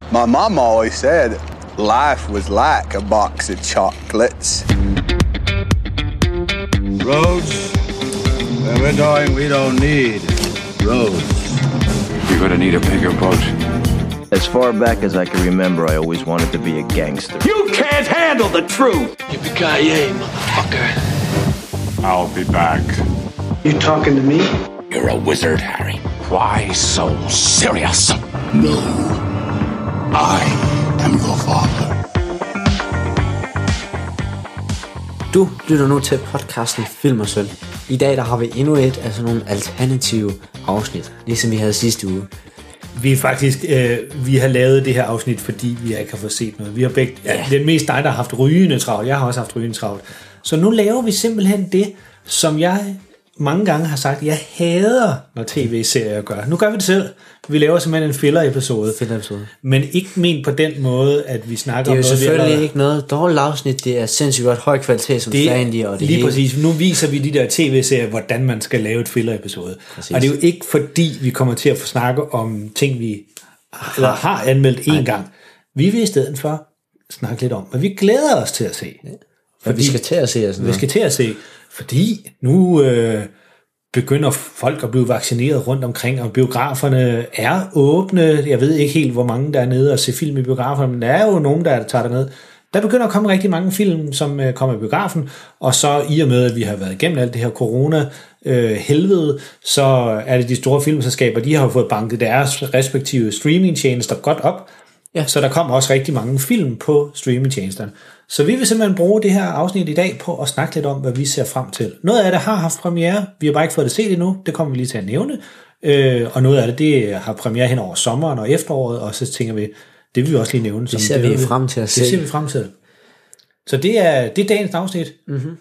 My mom always said life was like a box of chocolates. Roads? Where we're going, we don't need roads. You're gonna need a bigger boat. As far back as I can remember, I always wanted to be a gangster. You can't handle the truth! Yippee-ki-yay, motherfucker. I'll be back. You talking to me? You're a wizard, Harry. Why so serious? No. I am your father. Du lytter nu til podcasten Film og Sølv. I dag der har vi endnu et af sådan nogle alternative afsnit, ligesom vi havde sidste uge. Vi faktisk, vi har lavet det her afsnit, fordi vi ikke har fået set noget. Vi har begge, det er mest dig, der har haft rygende travlt. Jeg har også haft rygende travlt. Så nu laver vi simpelthen det, som jeg mange gange har sagt, jeg hader, når tv-serier gør. Nu gør vi det selv. Vi laver simpelthen en filler-episode. Men ikke ment på den måde, at vi snakker om noget. Det er jo selvfølgelig ikke noget dårligt afsnit. Det er sindssygt godt høj kvalitet som fanlige. Og det lige præcis. Nu viser vi de der tv-serier, hvordan man skal lave et filler-episode. Præcis. Og det er jo ikke fordi, vi kommer til at få snakke om ting, vi har anmeldt en gang. Vi vil i stedet for snakke lidt om, hvad vi glæder os til at se. Ja. Fordi, vi skal til at se. Vi skal til at se, fordi nu begynder folk at blive vaccineret rundt omkring, og biograferne er åbne. Jeg ved ikke helt, hvor mange der er nede og se film i biograferne, men der er jo nogen, der tager derned. Der begynder at komme rigtig mange film, som kommer i biografen, og så i og med, at vi har været igennem alt det her corona-helvede, så er det de store filmselskaber, de har jo fået banket deres respektive streamingtjenester godt op. Ja. Så der kommer også rigtig mange film på streamingtjenesterne. Så vi vil simpelthen bruge det her afsnit i dag på at snakke lidt om, hvad vi ser frem til. Noget af det har haft premiere. Vi har bare ikke fået det set endnu. Det kommer vi lige til at nævne. Og noget af det har premiere hen over sommeren og efteråret. Og så tænker vi, det vil vi også lige nævne. Det ser vi frem til at se. Det ser vi frem til. Så det er dagens afsnit. Mm-hmm.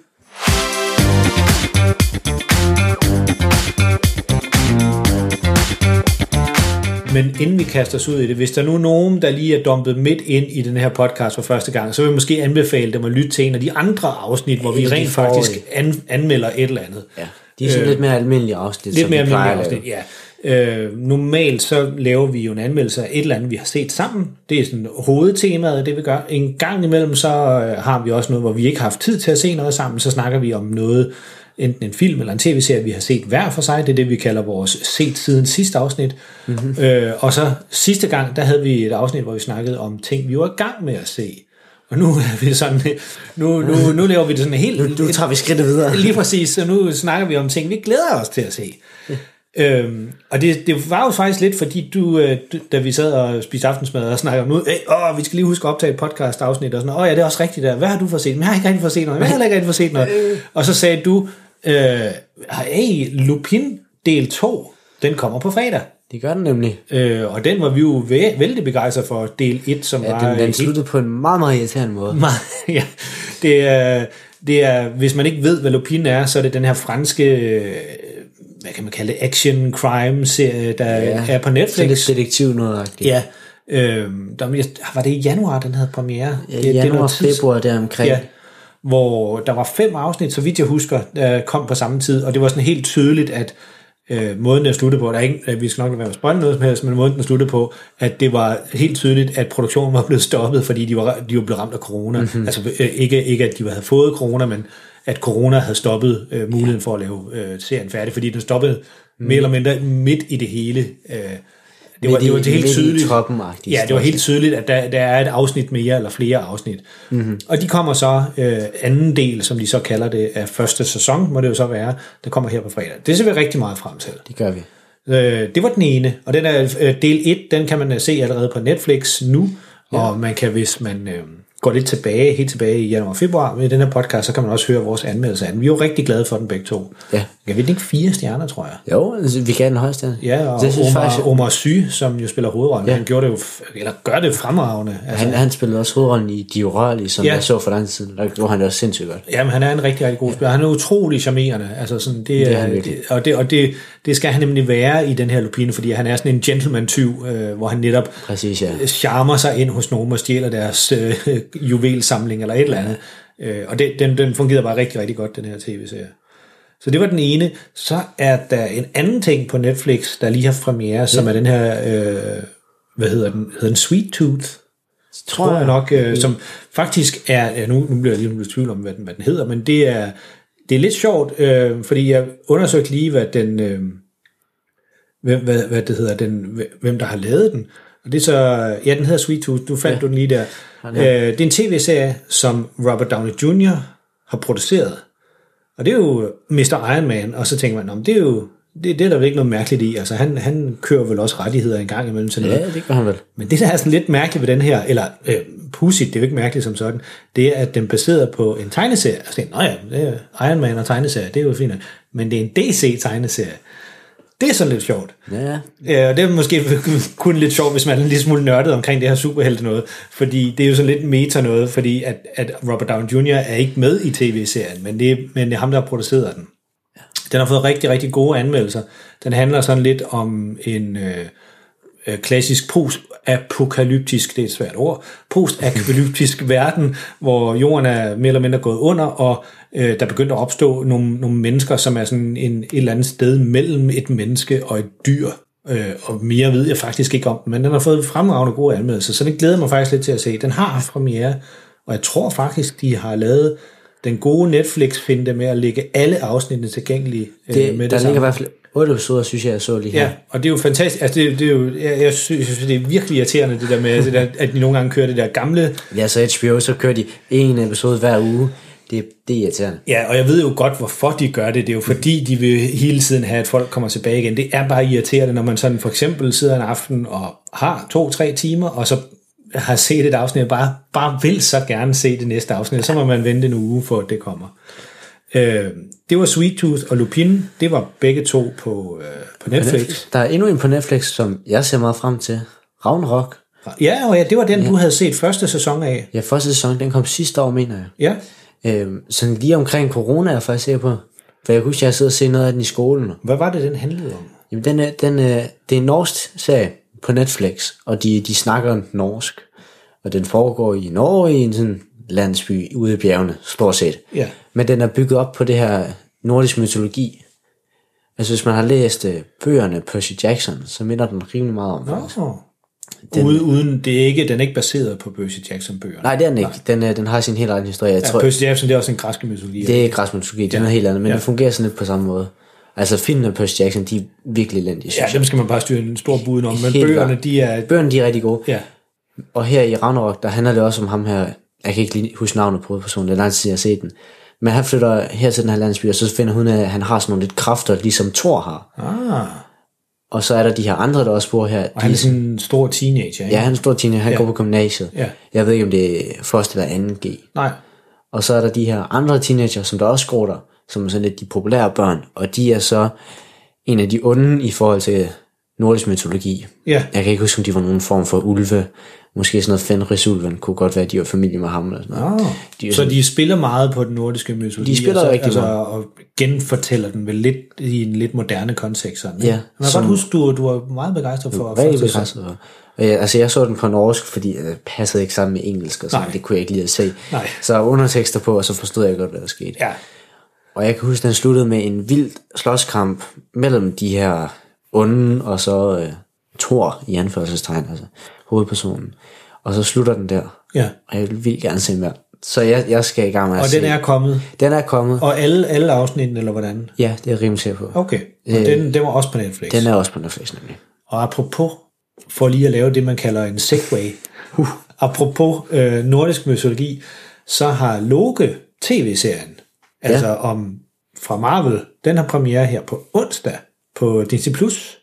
Men inden vi kaster os ud i det, hvis der nu er nogen, der lige er dumpet midt ind i den her podcast for første gang, så vil jeg måske anbefale dem at lytte til en af de andre afsnit, hvor vi rent faktisk anmelder et eller andet. Ja, de er sådan lidt mere almindelige afsnit. Lidt mere almindelige afsnit, ja. Normalt så laver vi jo en anmeldelse af et eller andet, vi har set sammen. Det er sådan hovedtemaet, det vi gør. En gang imellem så har vi også noget, hvor vi ikke har haft tid til at se noget sammen, så snakker vi om noget, enten en film eller en tv-serie, vi har set hver for sig. Det er det, vi kalder vores set siden sidste afsnit. Mm-hmm. Og så sidste gang, der havde vi et afsnit, hvor vi snakkede om ting, vi var i gang med at se. Og nu er vi sådan, nu laver vi det sådan helt... Nu tager vi skridtet videre. Lige præcis, så nu snakker vi om ting, vi glæder os til at se. Og det var jo faktisk lidt, fordi du da vi sad og spiste aftensmad og snakkede om nu, vi skal lige huske at optage et podcast afsnit og sådan, ja, det er også rigtigt der. Hvad har du fået set? Men jeg har ikke rigtig fået set noget. Jeg har heller ikke rigtig fået set noget. Og så sagde du, Lupin del 2, den kommer på fredag. Det gør den nemlig. Og den var vi jo vældig begejstret for, del 1, som var... Den sluttede på en meget, meget irriterende måde. Ja, det er, hvis man ikke ved, hvad Lupin er, så er det den her franske... hvad kan man kalde det, action crime serie, der er på Netflix. Så det er detektiv noget. Ja. Var det i januar, den havde premiere? Ja, januar, februar deromkring. Ja, hvor der var 5 afsnit, så vidt jeg husker, der kom på samme tid, og det var sådan helt tydeligt, at måden den sluttede på, der er ikke, vi skal nok være med at spoile noget som helst, men måden den sluttede på, at det var helt tydeligt, at produktionen var blevet stoppet, fordi de var blevet ramt af corona. Mm-hmm. Altså ikke at de havde fået corona, men at corona havde stoppet muligheden for at lave serien færdig, fordi den stoppede mere eller mindre midt i det hele. Det var helt tydeligt. Ja, det var helt tydeligt, at der er et afsnit mere eller flere afsnit. Mm-hmm. Og de kommer så anden del, som de så kalder det, af første sæson, må det jo så være, der kommer her på fredag. Det ser vi rigtig meget frem til. Det gør vi. Det var den ene, og den er del 1, den kan man se allerede på Netflix nu, og man kan, hvis man går lidt helt tilbage i januar og februar med den her podcast, så kan man også høre vores anmeldelse af den. Vi er jo rigtig glade for den begge to. Ja. Jeg ved ikke 4 stjerner, tror jeg. Jo, vi gav den højeste. Ja, og Omar Sy, som jo spiller hovedrollen, han gjorde det jo, eller gør det fremragende. Altså, han spillede også hovedrollen i De Urørlige, som jeg så for den siden. Der gjorde han det også sindssygt godt. Jamen, han er en rigtig, rigtig god spiller. Han er utrolig charmerende. Altså, sådan, det skal han nemlig være i den her Lupin, fordi han er sådan en gentleman-tyv, hvor han netop charmer sig ind hos nogen og stjæler deres juvelsamling eller et eller andet. Og den fungerede bare rigtig, rigtig godt, den her tv-serie. Så det var den ene. Så er der en anden ting på Netflix, der lige har premiere, som er den her hvad hedder den Sweet Tooth, tror jeg nok, som faktisk er, nu bliver jeg lige i tvivl om, hvad den hedder, men det er lidt sjovt, fordi jeg undersøgte lige, hvad den, hvad det hedder, hvem der har lavet den, og det er så, ja, den hedder Sweet Tooth, du fandt du den lige der. Det er en tv-serie, som Robert Downey Jr. har produceret, og det er jo Mr. Iron Man, og så tænker man, det er jo, det er der vel ikke noget mærkeligt i, altså han kører vel også rettigheder en gang imellem til noget. Ja, det gør han vel. Men det der er sådan lidt mærkeligt ved den her, eller pudsigt, det er jo ikke mærkeligt som sådan, det er, at den er baseret på en tegneserie. Altså, nå ja, det er Iron Man og tegneserie, det er jo fint, men det er en DC-tegneserie. Det er sådan lidt sjovt. Ja. Og det er måske kun lidt sjovt, hvis man er en lille smule nørdet omkring det her superhelte noget, fordi det er jo sådan lidt meta noget, fordi at Robert Downey Jr. er ikke med i tv-serien, men det er ham, der har produceret den. Den har fået rigtig, rigtig gode anmeldelser. Den handler sådan lidt om en klassisk post-apokalyptisk, det er et svært ord, post-apokalyptisk verden, hvor jorden er mere eller mindre gået under, og der begynder at opstå nogle mennesker, som er sådan et eller andet sted mellem et menneske og et dyr. Og mere ved jeg faktisk ikke om den, men den har fået fremragende gode anmeldelser, så den glæder mig faktisk lidt til at se. Den har haft premiere, og jeg tror faktisk, de har lavet den gode Netflix-finte med at lægge alle afsnittene tilgængelige med det. Der ligger i hvert fald 8 episoder, synes jeg så lige her. Ja, og det er jo fantastisk. Altså det er jo, jeg synes, det er virkelig irriterende, det der med, at de nogle gange kører det der gamle. Ja, så HBO, så kører de en episode hver uge. Det er irriterende. Ja, og jeg ved jo godt, hvorfor de gør det. Det er jo fordi, de vil hele tiden have, at folk kommer tilbage igen. Det er bare irriterende, når man sådan for eksempel sidder en aften og har 2-3 timer, og så har set et afsnit, og bare vil så gerne se det næste afsnit, så må man vente en uge, for at det kommer. Det var Sweet Tooth og Lupin, det var begge to på Netflix. Der er endnu en på Netflix, som jeg ser meget frem til. Ragnarok. Ja, det var den, du havde set første sæson af. Ja, første sæson, den kom sidste år, mener jeg. Ja. Sådan lige omkring corona er jeg faktisk sikker på. For jeg husker, jeg sidder og ser noget af den i skolen. Hvad var det, den handlede om? Jamen, det er en norsk serie på Netflix, og de snakker norsk. Og den foregår i Norge, i en sådan landsby ude i bjergene, stort set. Ja. Men den er bygget op på det her nordisk mytologi. Altså hvis man har læst bøgerne Percy Jackson, så minder den rimelig meget om faktisk. Uden den er ikke baseret på Percy Jackson bøgerne. Nej, det er den ikke. Den har sin helt egen historie. Jeg tror, Percy Jackson, det er også en græsk mytologi. Det er græsk mytologi, det er noget helt andet, men det fungerer sådan lidt på samme måde. Altså filmene af Percy Jackson, de er virkelig elendige. Ja, dem skal man bare styre en stor buden om, men bøgerne, de er rigtig gode. Ja. Og her i Ragnarok, der handler det også om ham her, jeg kan ikke lige huske navnet på personen, det er lang tid, jeg har set den. Men han flytter her til den her landsby, og så finder hun, at han har sådan nogle lidt kræfter, ligesom Thor har. Og så er der de her andre, der også bor her. Og han er sådan en stor teenager, ikke? Ja, han er en stor teenager, han går på gymnasiet. Ja. Jeg ved ikke, om det er første eller anden G. Nej. Og så er der de her andre teenager, som der også går der, som er sådan lidt de populære børn, og de er så en af de onde i forhold til nordisk mytologi. Ja. Jeg kan ikke huske, om de var nogen form for ulve. Måske sådan noget Fenrisulven kunne godt være, at de var familie med ham. Eller sådan noget. Så de spiller meget på den nordiske mytologi. De spiller rigtig meget. Og genfortæller den vel lidt i en lidt moderne kontekst. Sådan, ja. Man kan godt huske, du var meget begejstret for. Rigtig begejstret for. Altså jeg så den på norsk, fordi det passede ikke sammen med engelsk, og sådan. Det kunne jeg ikke lide at se. Nej. Så undertekster på, og så forstod jeg godt, hvad der skete. Ja. Og jeg kan huske, den sluttede med en vild slåskamp mellem de her onde, og så Thor i anførselstegn, altså hovedpersonen. Og så slutter den der. Ja. Og jeg vil gerne se mere. Så jeg skal i gang med at se. Og den er kommet? Den er kommet. Og alle afsnitten, eller hvordan? Ja, det er jeg rimelig sikker på. Okay, og den var også på Netflix? Den er også på Netflix, nemlig. Og apropos, for lige at lave det, man kalder en segway. Apropos nordisk mytologi, så har Loke tv-serien, altså fra Marvel, den har premiere her på onsdag på Disney+.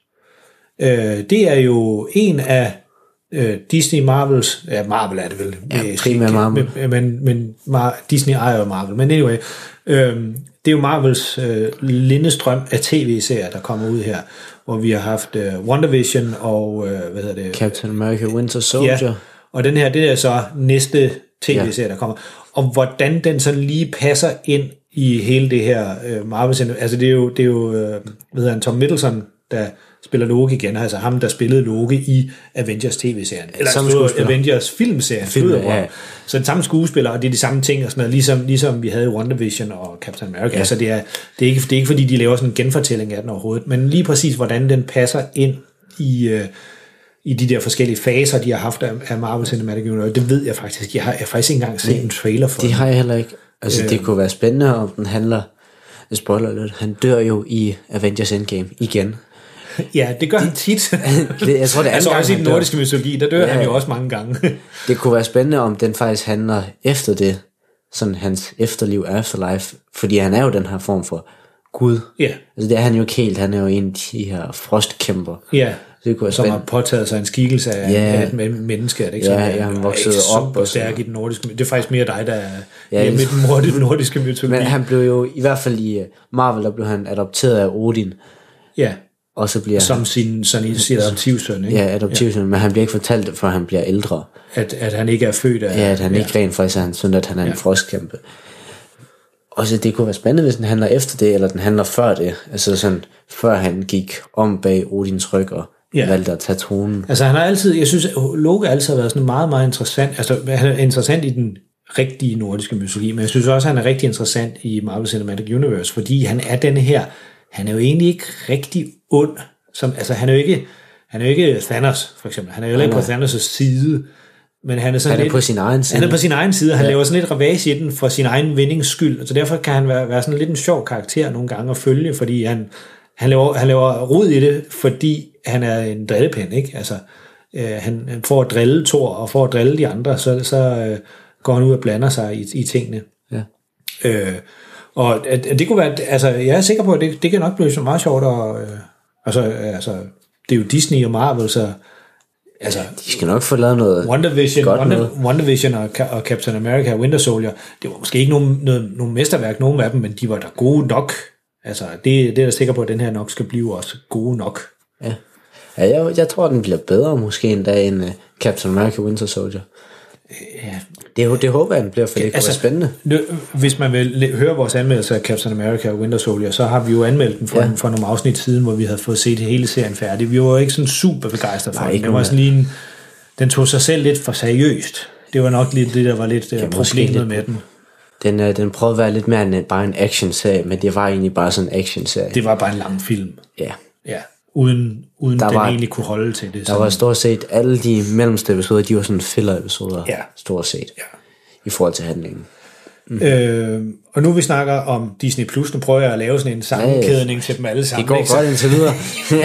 Det er jo en af Disney Marvels, Marvel er det vel. Ja, primært Marvel. Men Disney ejer jo Marvel. Men anyway, det er jo Marvels lindestrøm af tv-serier, der kommer ud her, hvor vi har haft WandaVision og, Captain America Winter Soldier. Ja, og den her, det er så næste tv-serie, der kommer. Og hvordan den sådan lige passer ind i hele det her Marvel, altså det er jo Tom Middleton, der spiller Loke igen, altså ham, der spillede Loke i Avengers tv-serien. Eller Avengers filmserien. Ja. Så den samme skuespiller, og det er de samme ting, og sådan noget, ligesom vi havde i WandaVision og Captain America. Ja. Så det er ikke fordi, de laver sådan en genfortælling af den overhovedet, men lige præcis, hvordan den passer ind i de der forskellige faser, de har haft af Marvel Cinematic Universe. Det ved jeg faktisk. Jeg har faktisk ikke engang set en trailer for det. Har jeg heller ikke. Altså, det kunne være spændende, om den handler... Spoiler lidt. Han dør jo i Avengers Endgame igen. Ja, det gør han tit. Jeg tror, det er anden altså gang, også i den nordiske mytologi, der dør han jo også mange gange. Det kunne være spændende, om den faktisk handler efter det, sådan hans efterliv, afterlife, fordi han er jo den her form for Gud. Ja. Altså det er han jo ikke helt, han er jo en af de her frostkæmper. Ja, det kunne være som har påtaget sig en skikkelse af et menneske. Er det ikke sådan? Ja, han voksede op. Super stærk i den nordiske mytologi. Det er faktisk mere dig, der er med den nordiske mytologi. Men han blev jo, i hvert fald i Marvel, der blev han adopteret af Odin. Ja. Og så bliver som sin adoptivsøn, ikke? Ja, adoptivsøn, men han bliver ikke fortalt det, før han bliver ældre. At han ikke er født af... Ja, at han ikke rent faktisk er hans søn, at han er en frostkæmpe. Og så det kunne være spændende, hvis den handler efter det, eller den handler før det. Altså sådan, før han gik om bag Odins ryg og valgte at tage tronen. Altså han har altid, jeg synes, Loke altid har været sådan meget, meget interessant. Altså han er interessant i den rigtige nordiske mytologi, men jeg synes også, han er rigtig interessant i Marvel Cinematic Universe, fordi han er denne her, han er jo egentlig ikke rigtig ond. Altså han er jo ikke Thanos, for eksempel. Han er jo ikke på Thanos' side, men han er sådan han er på sin egen side. Han er på sin egen side, og han laver sådan lidt ravage i den for sin egen vindings skyld, så derfor kan han være sådan lidt en sjov karakter nogle gange at følge, fordi han laver rod i det, fordi han er en drillepind, ikke? Altså, han får at drille Thor, og får at drille de andre, så går han ud og blander sig i tingene. Ja. Og det kunne være, altså jeg er sikker på, at det kan nok blive så meget sjovt, og altså det er jo Disney og Marvel, så altså, de skal nok få lavet noget WandaVision og Captain America og Winter Soldier, det var måske ikke nogen mesterværk, nogen af dem, men de var da gode nok. Altså, det er jeg sikker på, at den her nok skal blive også gode nok. Ja, jeg tror, den bliver bedre måske endda end Captain America Winter Soldier. Ja. Det håber jeg, den bliver, for det kunne være spændende. Hvis man vil høre vores anmeldelse af Captain America og Winter Soldier, så har vi jo anmeldt den for nogle afsnit siden, hvor vi havde fået set hele serien færdig. Vi var jo ikke sådan super begejstrede for den. Det var sådan lige den tog sig selv lidt for seriøst. Det var nok lidt det, der var lidt problemet med den. Den prøvede at være lidt mere end bare en action-serie, men det var egentlig bare sådan en action-serie. Det var bare en lang film. Ja. Uden den egentlig kunne holde til det. Der var stort set alle de mellemste episoder, de var sådan filler-episoder, stort set, i forhold til handlingen. Og nu vi snakker om Disney Plus, nu prøver jeg at lave sådan en sammenkædning til dem alle sammen. Det går godt indtil videre.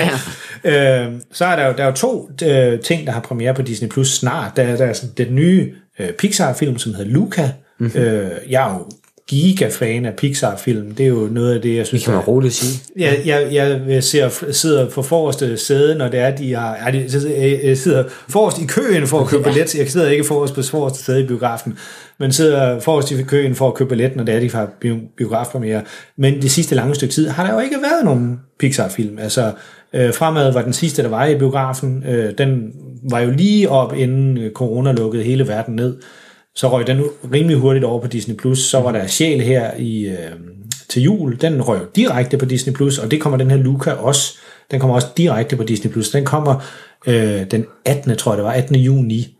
Så er der jo to ting, der har premiere på Disney Plus snart. Der er sådan den nye Pixar-film, som hedder Luca. Jeg er jo giga-fan af Pixar-film. Det er jo noget af det, jeg synes... Det kan man roligt sige. Jeg sidder på forreste sæde, når det er, de sidder forrest i køen for at købe billet. Jeg sidder ikke forrest på forreste sæde i biografen, men sidder forrest i køen for at købe billet, når det er, de har biografpremiere. Men det sidste lange stykke tid har der jo ikke været nogen Pixar-film. Altså, Fremad var den sidste, der var i biografen. Den var jo lige op, inden corona lukkede hele verden ned. Så røg den rimelig hurtigt over på Disney+. Så var der Sjæl her til jul. Den røg direkte på Disney+, og det kommer den her Luca også. Den kommer også direkte på Disney+. Den kommer den 18. tror jeg det var, 18. juni.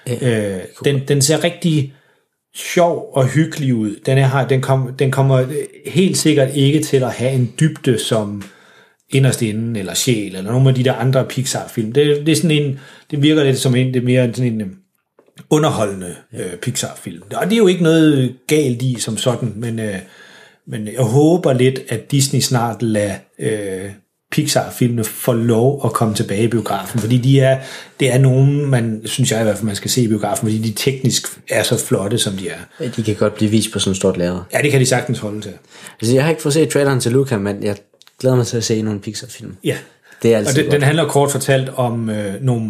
Den ser rigtig sjov og hyggelig ud. Den kommer helt sikkert ikke til at have en dybde som Inderst Inde eller Sjæl eller nogle af de der andre Pixar-film. Det er sådan en, det virker lidt som det er mere sådan en underholdende Pixar-film. Og det er jo ikke noget galt i som sådan, men jeg håber lidt, at Disney snart lader Pixar-filmene få lov at komme tilbage i biografen, fordi det er nogen, man synes jeg i hvert fald, man skal se i biografen, fordi de teknisk er så flotte, som de er. Ja, de kan godt blive vist på sådan et stort lader. Ja, det kan de sagtens holde til. Altså, jeg har ikke fået set traileren til Luca, men jeg glæder mig til at se nogle Pixar-film. Ja, det er altid og den handler kort fortalt om nogle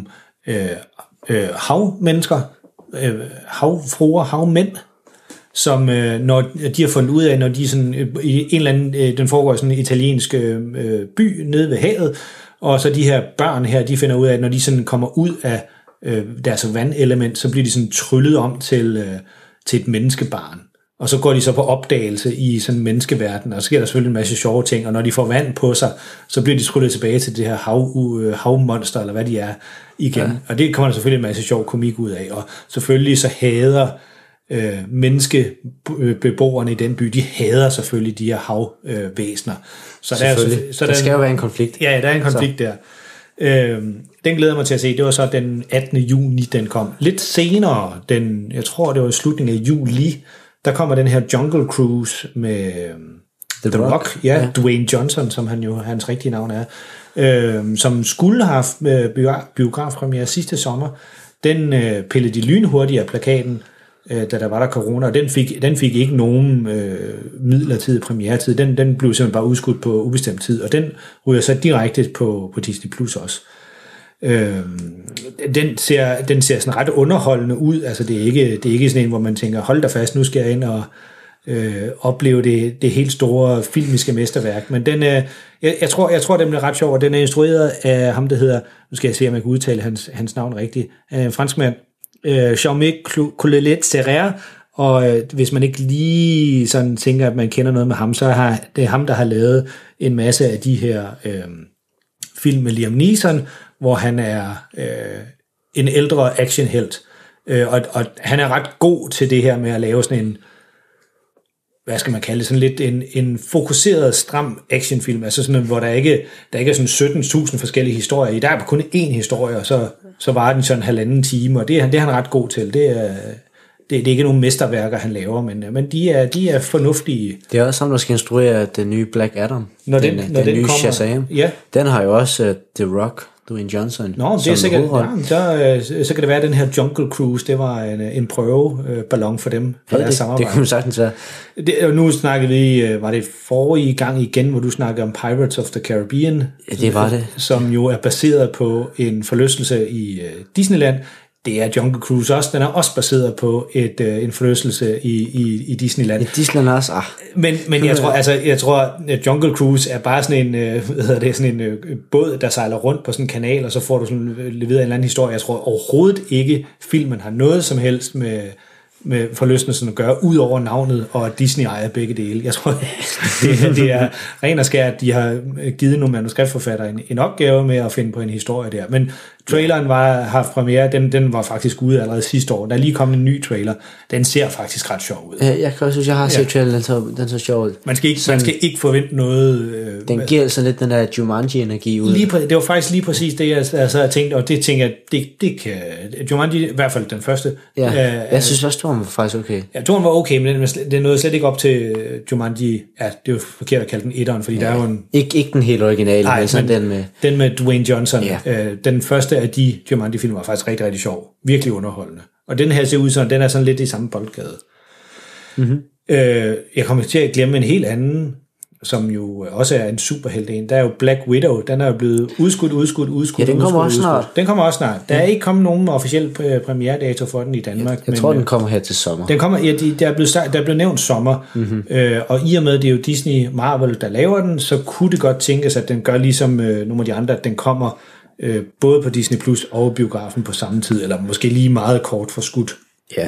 havmennesker, havfruer, havmænd, som når de har fundet ud af, når de sådan i en eller anden, den foregår i sådan en italiensk by nede ved havet, og så de her børn her, de finder ud af, at når de sådan kommer ud af deres vandelement, så bliver de sådan tryllet om til et menneskebarn. Og så går de så på opdagelse i sådan en menneskeverden, og så sker der selvfølgelig en masse sjove ting, og når de får vand på sig, så bliver de tryllet tilbage til det her havmonster, eller hvad de er, igen. Ja. Og det kommer der selvfølgelig en masse sjov komik ud af, og selvfølgelig så hader menneskebeboerne i den by, de hader selvfølgelig de her havvæsener. Så der skal jo være en konflikt. Ja, der er en konflikt så. Der. Den glæder mig til at se. Det var så den 18. juni, den kom. Lidt senere, jeg tror, det var i slutningen af juli, der kommer den her Jungle Cruise med The Rock. Ja, Dwayne Johnson, som hans rigtige navn er. Som skulle have haft biografpremiere sidste sommer. Den pillede de lynhurtigt af plakaten, da der var der corona, og den fik ikke nogen midlertidig premieretid. Den blev simpelthen bare udskudt på ubestemt tid, og den ryger så direkte på Disney Plus også. Den ser sådan ret underholdende ud. Altså det er ikke sådan en, hvor man tænker, hold da fast, nu skal jeg ind og opleve det helt store filmiske mesterværk. Men den, jeg tror, den bliver ret sjov, og den er instrueret af ham, der hedder, nu skal jeg se, om jeg kan udtale hans navn rigtigt, franskmand, Jean-Michel Collet-Serrer, og hvis man ikke lige sådan tænker, at man kender noget med ham, så det er ham, der har lavet en masse af de her film med Liam Neeson, hvor han er en ældre actionhelt. Og han er ret god til det her med at lave sådan en, hvad skal man kalde det, sådan lidt en fokuseret, stram actionfilm, altså sådan, hvor der ikke er sådan 17.000 forskellige historier i. Der er kun én historie, og så varer den sådan 1,5 time, og det er han ret god til. Det er ikke nogen mesterværker, han laver, men de er fornuftige. Det er også ham, der skal instruere den nye Black Adam. Når den nye kommer, Shazam. Ja. Den har jo også The Rock, Dwayne Johnson. Nå, det er sikkert, så kan det være, at den her Jungle Cruise, det var en prøveballon for dem. For deres samarbejde. Det kunne sagtens være. Nu snakkede vi, var det forrige gang igen, hvor du snakkede om Pirates of the Caribbean. Ja, det var det. Som jo er baseret på en forlystelse i Disneyland. Det er Jungle Cruise også. Den er også baseret på en forlystelse i Disneyland. I Disneyland også. Men jeg tror, at Jungle Cruise er bare sådan en båd, der sejler rundt på sådan en kanal, og så får du sådan leveret en eller anden historie. Jeg tror overhovedet ikke, filmen har noget som helst med forlystelsen at gøre, ud over navnet, og at Disney ejer begge dele. Jeg tror, det er ren og skær, at de har givet nogle manuskriptforfattere en opgave med at finde på en historie der. Men traileren har haft premiere, den var faktisk ude allerede sidste år. Der er lige kommet en ny trailer. Den ser faktisk ret sjov ud. Jeg kan også synes, jeg har set traileren, den så sjov ud. Man skal ikke forvente noget... den giver altså lidt den der Jumanji-energi ud. Det var faktisk lige præcis det, jeg så tænkte, og det tænker jeg, det kan... Jumanji, i hvert fald den første. Ja, jeg synes også, toren var faktisk okay. Ja, toren var okay, men den nåede slet ikke op til Jumanji. Ja, det er jo forkert at kalde den etteren, fordi der er jo en... Ikke den helt originale, men sådan den med Dwayne Johnson. Ja. Den første af de Jumanji-film var faktisk rigtig, rigtig sjov. Virkelig underholdende. Og den her ser ud sådan, den er sådan lidt i samme boldgade. Mm-hmm. Jeg kommer til at glemme en helt anden, som jo også er en superhelt en. Der er jo Black Widow. Den er jo blevet udskudt. Ja, den kommer også snart. Den kommer også snart. Der er ikke kommet nogen officiel premieredato for den i Danmark. Jeg tror, den kommer her til sommer. Den kommer, der er blevet nævnt sommer. Mm-hmm. Og i og med, det er jo Disney Marvel, der laver den, så kunne det godt tænkes, at den gør ligesom nogle af de andre, at den kommer både på Disney Plus og biografen på samme tid, eller måske lige meget kort forskudt. Ja.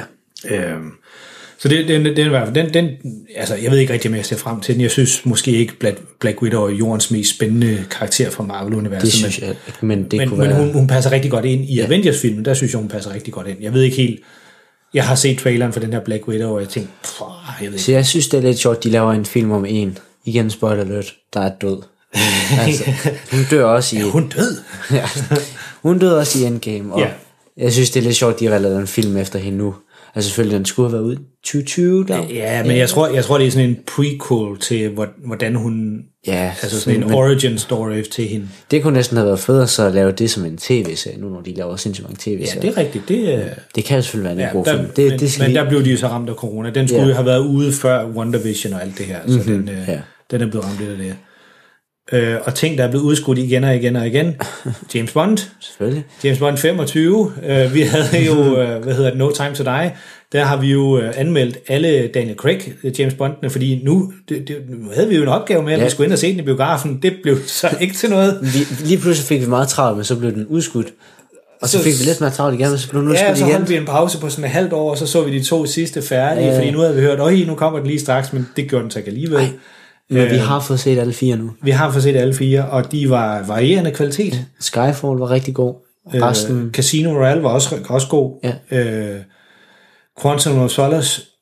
Så den altså jeg ved ikke rigtig, om jeg ser frem til den. Jeg synes måske ikke Black Widow er jordens mest spændende karakter fra Marvel-universet. Det synes jeg ikke, men hun passer rigtig godt ind i Avengers-filmen. Der synes jeg, hun passer rigtig godt ind. Jeg ved ikke helt... Jeg har set traileren for den her Black Widow, og jeg tænkte, jeg ved ikke. Så jeg synes, det er lidt sjovt, de laver en film om en. Igen, spoiler alert, der er død. Altså, hun dør også i... Ja, hun død? Ja, hun døde også i Endgame, og jeg synes, det er lidt sjovt, de har lavet en film efter hende nu. Altså selvfølgelig, den skulle have været ude 2020 der. Ja, men jeg tror, det er sådan en prequel til, hvordan hun... Ja. Altså sådan en origin story til hende. Det kunne næsten have været federe så at lave det som en tv-serie, nu når de laver sindssygt mange tv-serier. Ja, det er rigtigt. Det kan selvfølgelig være en god film. Men der blev de jo så ramt af corona. Den skulle jo have været ude før WandaVision og alt det her, så den er blevet ramt lidt af det. Og ting, der er blevet udskudt igen og igen og igen. James Bond. Selvfølgelig. James Bond 25. Vi havde jo, No Time to Die. Der har vi jo anmeldt alle Daniel Craig James Bond'ene, fordi nu havde vi jo en opgave med, at vi skulle ind og se den i biografen. Det blev så ikke til noget. Lige pludselig fik vi meget travlt, men så blev den udskudt. Og så fik vi lidt mere travlt igen, og så blev den udskudt igen. Ja, så holdt vi en pause på sådan et halvt år, og så vi de 2 sidste færdige, fordi nu havde vi hørt, nu kommer den lige straks, men det gjorde den så ikke alligevel. Ej. Men vi har fået set alle 4 nu. Vi har fået set alle 4, og de var varierende kvalitet. Skyfall var rigtig god. Casino Royale var også god. Ja. Quantum of Solace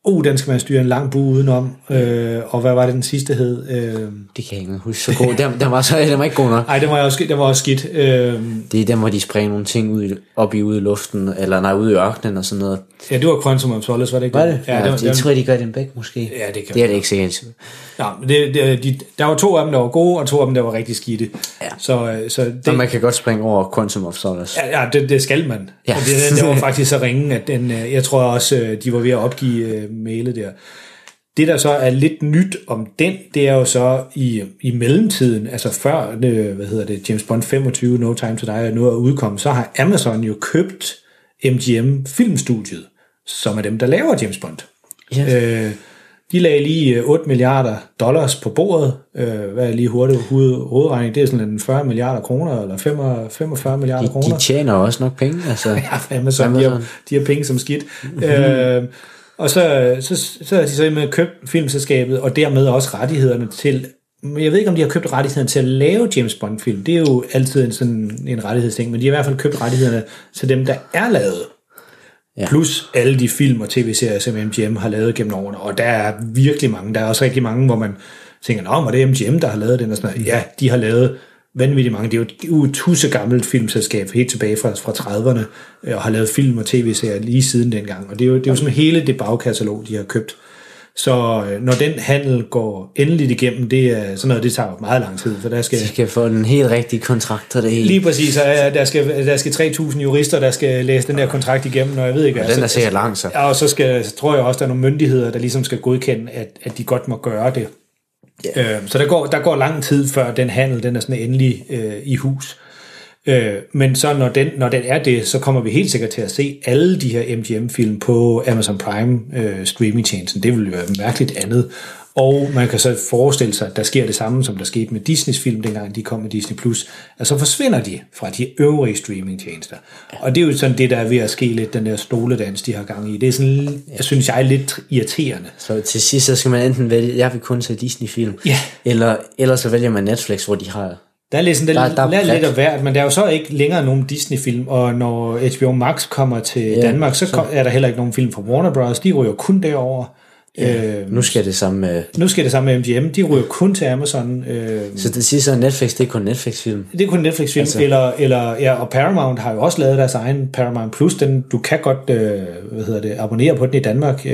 den skal man styre en lang bue udenom, og hvad var det den sidste hed? Det kan jeg ikke huske så god. Den var ikke god nok. Nej, den var også skidt. Det er dem, hvor de springer nogle ting ude i luften, eller ude i ørkenen og sådan noget. Ja, det var Quantum of Solace, var det ikke? Var det? Ja, jeg tror, de gør den begge måske. Ja, det er det ikke sikkert. Ja, men der var 2 af dem, der var gode, og 2 af dem, der var rigtig skidte. Ja. Så man kan godt springe over Quantum of Solace. Ja, det skal man. Ja. Det var faktisk så ringe, at jeg tror også, de var ved at opgive mailet der. Det, der så er lidt nyt om den, det er jo så i mellemtiden, altså før James Bond 25, No Time to Die, er noget at udkomme, så har Amazon jo købt MGM Filmstudiet, som er dem, der laver James Bond. Yes. De lagde lige $8 milliarder på bordet. Hvad er lige hovedregning? Det er sådan en 40 milliarder kroner, eller 45 milliarder kroner. De tjener også nok penge. Altså. Ja, Amazon. De har penge som skidt. Og så har de så med købt filmselskabet, og dermed også rettighederne til, jeg ved ikke, om de har købt rettighederne til at lave James Bond-film. Det er jo altid en rettighedsting, men de har i hvert fald købt rettighederne til dem, der er lavet. Ja. Plus alle de film og tv-serier, som MGM har lavet gennem årene, og der er virkelig mange. Der er også rigtig mange, hvor man tænker, var det MGM, der har lavet den? Og sådan noget. Ja, de har lavet vanvittigt mange. Det er jo et tussegammelt filmselskab, helt tilbage fra 30'erne, og har lavet film og tv-serier lige siden dengang. Og det er jo sådan hele det bagkatalog, de har købt. Så når den handel går endeligt igennem, det er sådan noget, det tager meget lang tid, for der skal... De skal få den helt rigtige kontrakt til det hele. Lige præcis, der skal 3.000 jurister, der skal læse den der kontrakt igennem, og jeg ved ikke... Og den er sikkert lang, så. Ja, og så tror jeg også, der er nogle myndigheder, der ligesom skal godkende, at de godt må gøre det. Yeah. Så der går lang tid, før den handel, den er sådan endelig i hus. Men så når den er det, så kommer vi helt sikkert til at se alle de her MGM-film på Amazon Prime streaming-tjenesten. Det vil jo være mærkeligt andet. Og man kan så forestille sig, at der sker det samme, som der skete med Disneys film, dengang de kom med Disney+. Altså forsvinder de fra de øvrige streaming-tjenester. Og det er jo sådan det, der er ved at ske lidt, den der stoledans, de har gang i. Det er sådan, jeg synes, jeg er lidt irriterende. Så til sidst, så skal man enten vælge, jeg vil kun se Disney-film, eller så vælger man Netflix, hvor de har... Der er lidt lidt af hvert, men der er jo så ikke længere nogen Disney-film, og når HBO Max kommer til Danmark, så er der heller ikke nogen film fra Warner Bros. De ryger jo kun derover. Nu skal det samme med MGM. De ryger kun til Amazon. Så det siger så, Netflix, det er kun Netflix-film? Det er kun Netflix-film, altså. Og Paramount har jo også lavet deres egen Paramount Plus. Du kan godt abonnere på den i Danmark,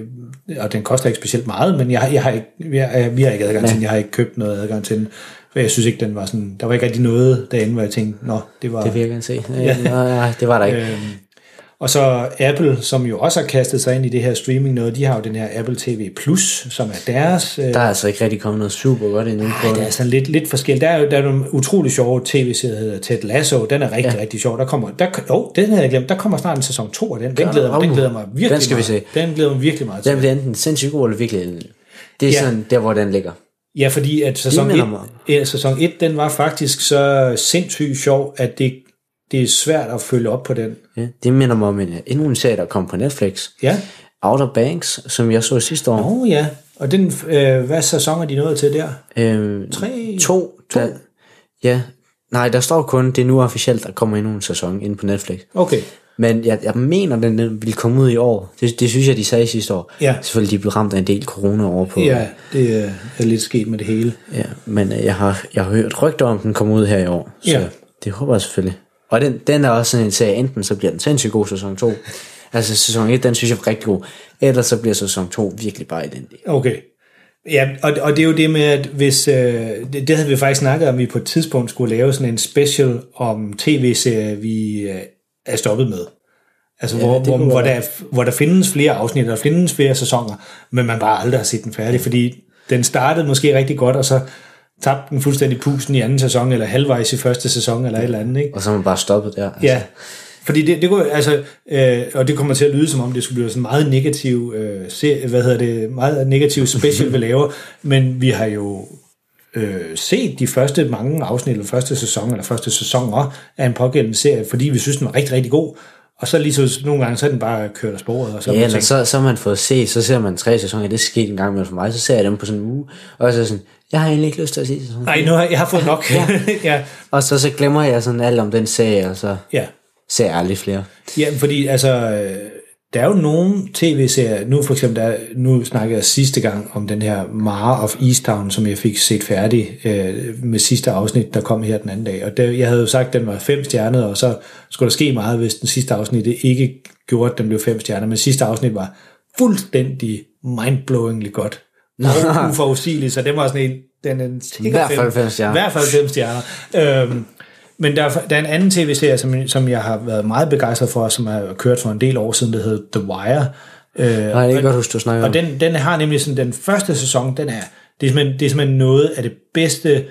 og den koster ikke specielt meget, men vi har ikke adgang til den. Jeg har ikke købt noget adgang til den. For jeg synes ikke, den var sådan... Der var ikke rigtig noget derinde, hvor jeg tænkte, det var... Det vil jeg gerne se. Ja, det var der ikke. Og så Apple, som jo også har kastet sig ind i det her streaming noget, de har jo den her Apple TV Plus, som er deres... Der er altså ikke rigtig kommet noget super godt endnu. Nej, det er sådan lidt forskelligt. Der er nogle utrolig sjove tv-serier, der hedder Ted Lasso. Den er rigtig sjov. Den havde jeg glemt. Der kommer snart en sæson 2 af den. Den glæder mig virkelig. Den skal vi se. Den glæder mig virkelig meget til. Den bliver enten sindssygt god, eller virkelig... Det er sådan der, hvor den ligger. Ja, fordi at sæson 1, den var faktisk så sindssygt sjov, at det er svært at følge op på den. Ja, det minder mig om endnu en serie, der kom på Netflix. Ja. Outer Banks, som jeg så sidste år. Ja. Og den, hvad sæson er de nået til der? 2. Ja. Nej, der står kun, det er nu officielt, der kommer endnu en sæson ind på Netflix. Okay. Men jeg mener, den vil komme ud i år. Det synes jeg, de sagde sidste år. Ja. Selvfølgelig, de blev ramt af en del corona over på. Ja, det er lidt sket med det hele. Ja, men jeg har hørt rygter om, den kommer ud her i år. Så det håber jeg selvfølgelig. Og den er også sådan en serie, enten så bliver den sindssygt god sæson 2. Altså sæson 1, den synes jeg er rigtig god. Ellers så bliver sæson 2 virkelig bare identisk. Okay. Ja, og det er jo det med, at hvis... det havde vi faktisk snakket om, vi på et tidspunkt skulle lave sådan en special om tv-serier, vi er stoppet med. Altså hvor der findes flere afsnit, der findes flere sæsoner, men man bare aldrig har set den færdig, fordi den startede måske rigtig godt, og så tabte den fuldstændig pusten i anden sæson, eller halvvejs i første sæson, eller et eller andet, ikke? Og så er man bare stoppet der. Altså. Ja, fordi det kunne, altså, og det kommer til at lyde som om, det skulle blive sådan meget negativ, meget negativ special, vi laver, men vi har jo set de første mange afsnit, eller første sæsoner af en pågældende serie, fordi vi synes, den var rigtig, rigtig god. Og så lige så nogle gange, så er den bare kørt af sporet. Og så eller så har man fået set, så ser man 3 sæsoner, det skete en gang med for mig, så ser jeg dem på sådan en uge, og så sådan, jeg har egentlig ikke lyst til at se sæsonen. Nej, nu har jeg fået nok. Ja. Og så glemmer jeg sådan alt om den serie, og så ser jeg aldrig flere. Ja, fordi altså, der er jo nogle tv-serier, nu for eksempel, nu snakkede jeg sidste gang om den her Mare of Easttown, som jeg fik set færdig med sidste afsnit, der kom her den anden dag. Og jeg havde jo sagt, at den var 5 stjerner, og så skulle der ske meget, hvis den sidste afsnit ikke gjorde, at den blev 5 stjerner. Men sidste afsnit var fuldstændig mindblowingly godt. Og uforudsigeligt, så det var sådan en i hvert fald 5 stjerner. I hvert fald 5 stjerner. Men der er en anden tv-serie, som jeg har været meget begejstret for, som har kørt for en del år siden, der hedder The Wire. Nej, det er godt huske, du snakker om. Og den har nemlig sådan, den første sæson, det er simpelthen noget af det bedste,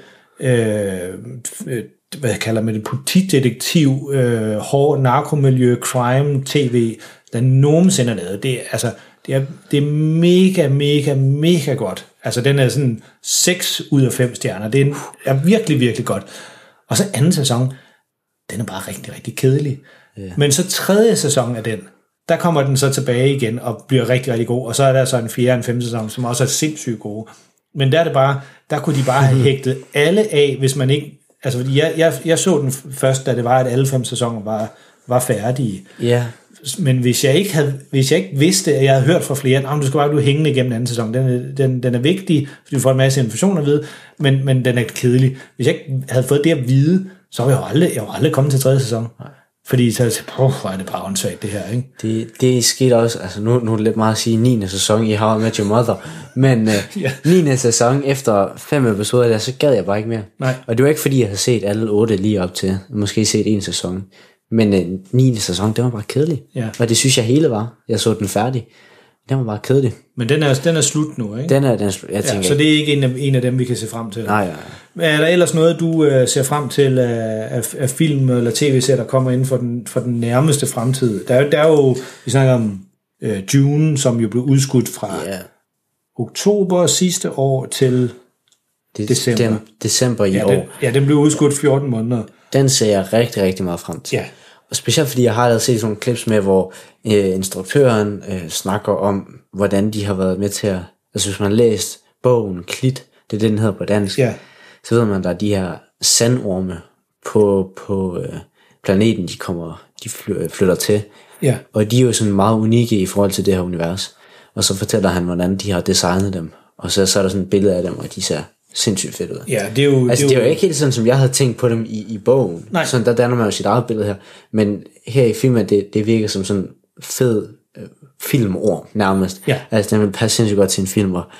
hvad jeg kalder det, politidetektiv, hård narkomiljø, crime, tv, der nogensinde er lavet. Det er mega, mega, mega godt. Altså, den er sådan 6 ud af 5 stjerner. Det er virkelig, virkelig godt. Og så anden sæson, den er bare rigtig, rigtig kedelig. Yeah. Men så tredje sæson af den, der kommer den så tilbage igen og bliver rigtig, rigtig god. Og så er der så en 4. og en 5. sæson, som også er sindssygt gode. Men der er det bare, der kunne de bare have hægtet alle af, hvis man ikke... Altså, fordi jeg så den først, da det var, at alle 5 sæsoner var færdige. Ja. Yeah. Men hvis jeg ikke vidste, at jeg havde hørt fra flere, du skal bare blive hængende igennem anden sæson, den er vigtig, fordi du får en masse information at vide, men den er kedelig. Hvis jeg ikke havde fået det at vide, så var jeg aldrig kommet til 3. sæson. Nej. Fordi så hvor er det bare åndssvagt det her, ikke? Det skete også, altså nu er det lidt meget at sige 9. sæson i How I Met Your Mother, men 9. sæson efter 5 episoder der, så gad jeg bare ikke mere. Nej. Og det var ikke fordi, jeg havde set alle 8 lige op til, måske set 1 sæson. Men 9. sæson, det var bare kedelig. Ja. Og det synes jeg hele var. Jeg så den færdig. Den var bare kedelig. Men den er slut nu, ikke? Jeg tænker, så det er ikke en af dem, vi kan se frem til. Nej. Er der ellers noget, du ser frem til af film eller tv-serier, der kommer inden for den nærmeste fremtid? Der er jo, vi snakker om Dune, som jo blev udskudt fra oktober sidste år til december. December i år. Den blev udskudt 14 måneder. Den ser jeg rigtig, rigtig meget frem til. Ja. Og specielt fordi jeg har set sådan nogle clips med, hvor instruktøren snakker om, hvordan de har været med til at... Altså hvis man har læst bogen Klit, det er det, den hedder på dansk, så ved man, der er de her sandorme på planeten, de flytter til. Ja. Og de er jo sådan meget unikke i forhold til det her univers. Og så fortæller han, hvordan de har designet dem. Og så er der sådan et billede af dem, og de ser sindssygt fedt ud. Ja, det er jo ikke helt sådan, som jeg havde tænkt på dem i bogen. Nej. Sådan, der danner man jo sit eget billede her. Men her i filmen, det virker som sådan fed filmord nærmest. Ja. Altså, den vil passe sindssygt godt til en film. Og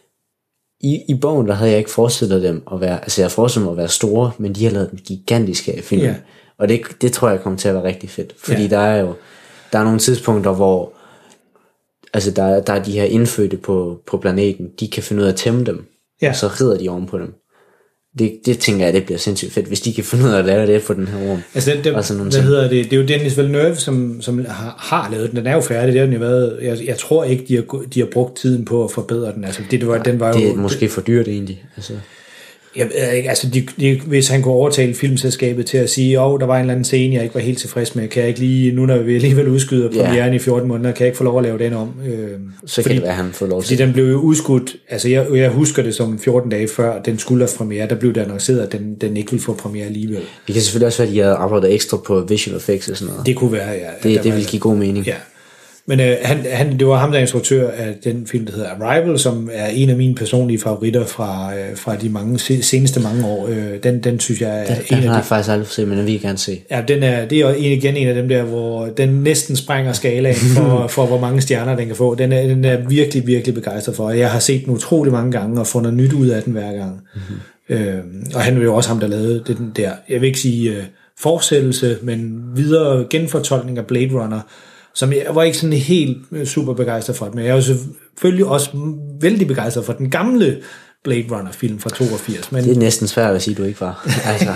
i bogen, der havde jeg ikke forestillet dem at være... Altså, jeg forestillede dem at være store, men de har lavet den gigantiske her i filmen. Ja. Og det tror jeg kommer til at være rigtig fedt. Fordi der er nogle tidspunkter, hvor... Altså, der er de her indfødte på planeten. De kan finde ud af at tæmme dem. Ja. Og så rider de oven på dem. Det tænker jeg, det bliver sindssygt fedt, hvis de kan finde ud af at lave det på den her orm. Altså det er jo Denis Villeneuve, som har lavet den. Den er jo færdig. Det har den jo været. Jeg tror ikke, de har brugt tiden på at forbedre den. Altså, den var det er måske for dyrt egentlig. Altså. Jeg ved ikke, altså hvis han kunne overtale filmselskabet til at sige, der var en eller anden scene, jeg ikke var helt tilfreds med, kan jeg ikke lige, nu når vi alligevel udskyder premieren i 14 måneder, kan jeg ikke få lov at lave den om? Så kan det være, han får lov til. Fordi den blev jo udskudt, altså jeg husker det som 14 dage før den skulle have premiere, der blev det annonceret, at den ikke ville få premiere alligevel. Det kan selvfølgelig også være, at de havde arbejdet ekstra på visual effects og sådan noget. Det kunne være, ja. Det ville give god mening. Ja. Men det var ham, der er instruktør af den film, der hedder Arrival, som er en af mine personlige favoritter fra de seneste mange år. Den synes jeg er en af de... Den har jeg faktisk aldrig set, men den vil jeg gerne se. Ja, det er igen en af dem der, hvor den næsten sprænger skalaen for hvor mange stjerner den kan få. Den er virkelig, virkelig begejstret for. Jeg har set den utrolig mange gange og fundet nyt ud af den hver gang. Mm-hmm. Og han var jo også ham, der lavede den der, jeg vil ikke sige fortsættelse, men videre genfortolkning af Blade Runner, som jeg var ikke sådan helt super begejstret for det, men jeg er jo selvfølgelig også vældig begejstret for den gamle Blade Runner film fra 82. Men... Det er næsten svært at sige, at du ikke var. Altså.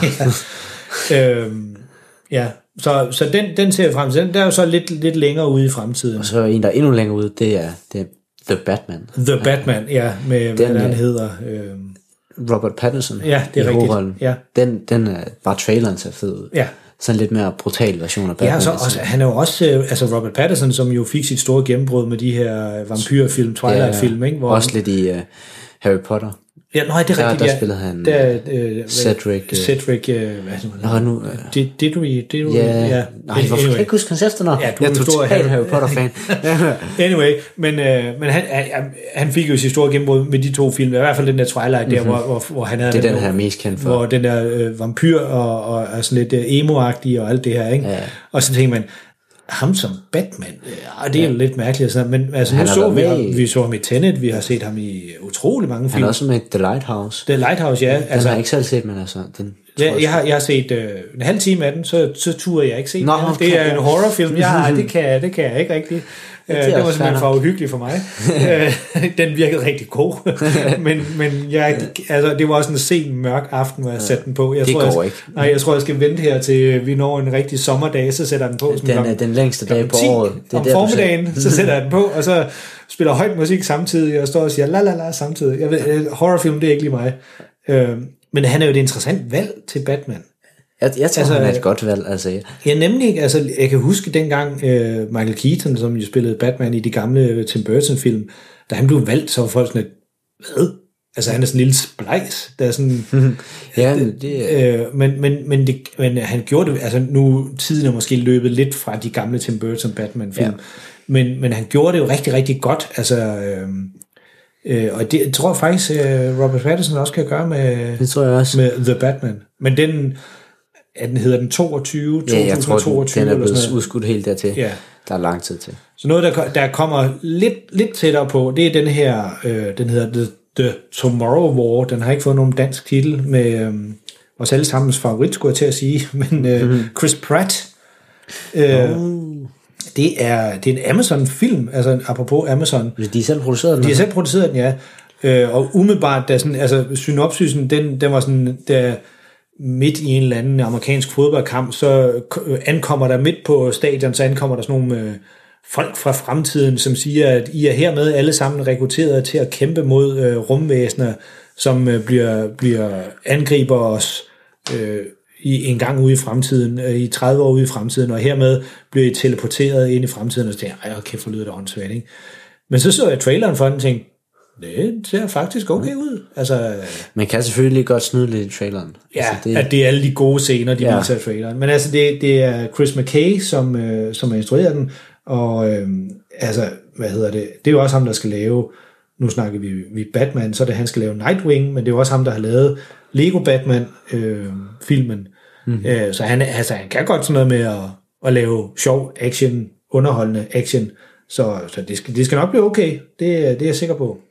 Så den ser jeg frem til. Den der er jo så lidt længere ude i fremtiden. Og så en, der er endnu længere ude, det er The Batman. The Batman, med hvad den hedder. Robert Pattinson. Ja, det er rigtigt. Ja. Den er bare traileren ser fed ud. Ja. Sådan lidt mere brutal version af Batman. Ja, så han er jo også, Robert Pattinson, som jo fik sit store gennembrud med de her vampyrfilm, Twilight-film, ikke? Også lidt i Harry Potter. Ja, nej, det er rigtigt. Der spillede han Cedric. Hvad nu? Ja. Nej, hvorfor kan jeg ikke huske hans efternavn? Ja, jeg er totalt Harry Potter-fan. Anyway, men han fik jo sit store gennembrud med de 2 film, i hvert fald den der Twilight der, hvor han havde... Det er den her mest kendt for. Hvor den der vampyr og sådan lidt emo-agtig og alt det her, ikke? Ja. Og så tænker man, ham som Batman, det er jo lidt mærkeligt, sådan, men altså, nu så vi så ham i Tenet, vi har set ham i utrolig mange film. Han er også med The Lighthouse. The Lighthouse, ja. Den har jeg ikke selv set, men altså... Jeg har set en halv time af den, så turde jeg ikke se den. Okay. Det er en horrorfilm. Det kan jeg ikke rigtig. Det var simpelthen for uhyggeligt for mig. Den virkede rigtig god. men det var også en sen mørk aften, hvor jeg satte den på. Jeg tror, jeg skal vente her til vi når en rigtig sommerdag, så sætter jeg den på. Den er den længste dag på året. Om formiddagen, så sætter jeg den på, og så spiller højt musik samtidig, og står og siger la la la samtidig. Jeg ved, horrorfilm, det er ikke lige mig. Men han er jo et interessant valg til Batman. Jeg tror, han er et godt valg. Altså. Ja, nemlig. Altså, jeg kan huske dengang Michael Keaton, som jo spillede Batman i de gamle Tim Burton-film, da han blev valgt, så var folk sådan et, hvad? Altså, han er sådan en lille splejs. Der er sådan... ja, men han gjorde det... Altså, nu tiden er måske løbet lidt fra de gamle Tim Burton Batman-film. Ja. Men han gjorde det jo rigtig, rigtig godt. Altså... og det tror jeg faktisk Robert Pattinson også kan gøre med, det tror jeg også. Med The Batman. Men den hedder den 22, 2022. Ja, jeg tror, den er blevet udskudt helt dertil. Ja. Der er lang tid til. Så noget, der kommer lidt tættere på, det er den her, den hedder The Tomorrow War. Den har ikke fået nogen dansk titel med os alle sammens favorit, skulle jeg til at sige, men Chris Pratt. Det er en Amazon-film, altså apropos Amazon. De har selv produceret den? De har selv produceret den, ja. Og umiddelbart, da sådan, altså synopsisen, den var sådan, der midt i en eller anden amerikansk fodboldkamp, så ankommer der midt på stadion, så ankommer der sådan nogle folk fra fremtiden, som siger, at I er hermed alle sammen rekrutteret til at kæmpe mod rumvæsener, som bliver angriber os en gang ude i fremtiden, i 30 år ude i fremtiden, og hermed bliver I teleporteret ind i fremtiden, og så tænker jeg, kæft, for lyder det åndssvagt, ikke? Men så jeg traileren for den, og tænkte, det ser faktisk okay ud. Altså, man kan selvfølgelig godt snyde lidt i traileren. Ja, altså, at det er alle de gode scener, de viser i traileren. Men altså, det er Chris McKay, som har instrueret den, og altså, det er jo også ham, der skal lave, nu snakker vi Batman, så er det han skal lave Nightwing, men det er jo også ham, der har lavet Lego Batman filmen. Så han kan godt sådan noget med at lave sjov action, underholdende action, så det skal nok blive okay. Det er jeg sikker på.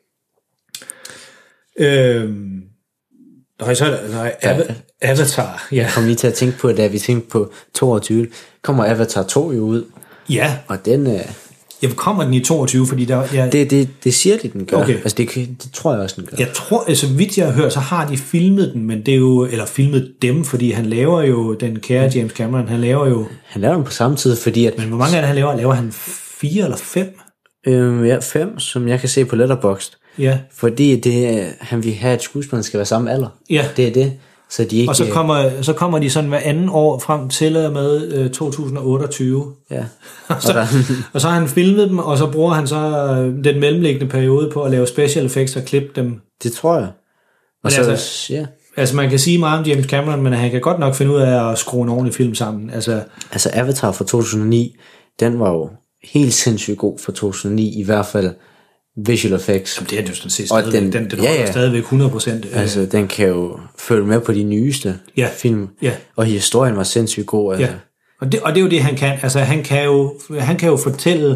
Avatar. Ja. Jeg kom lige til at tænke på, da vi tænkte på 22, kommer Avatar 2 jo ud. Ja. Og den... kommer den i 22, fordi der... Det siger de, den gør. Okay. Altså, det tror jeg også, den gør. Jeg tror, altså vidt jeg har hørt, så har de filmet den, men det er jo... Eller filmet dem, fordi han laver jo... Den kære James Cameron, han laver jo... Han laver den på samme tid, fordi at... Men hvor mange af det han laver? Laver han 4 eller 5? 5, som jeg kan se på Letterboxd. Ja. Fordi han vil have, at skuespilleren skal være samme alder. Ja. Det er det. Så de ikke... Og så kommer de sådan hver anden år frem til og med 2028. Ja. og så har han filmet dem, og så bruger han så den mellemliggende periode på at lave special effects og klippe dem. Det tror jeg. Og så, ja. Altså man kan sige meget om James Cameron, men han kan godt nok finde ud af at skrue en ordentlig film sammen. Altså Avatar fra 2009, den var jo helt sindssygt god for 2009, i hvert fald visual effects. Jamen, det er jo sådan set stadigvæk. Den holder stadigvæk 100%. Altså, den kan jo følge med på de nyeste film. Ja. Og historien var sindssygt god. Altså. Ja. Og det er jo det, han kan. Altså, han kan jo fortælle...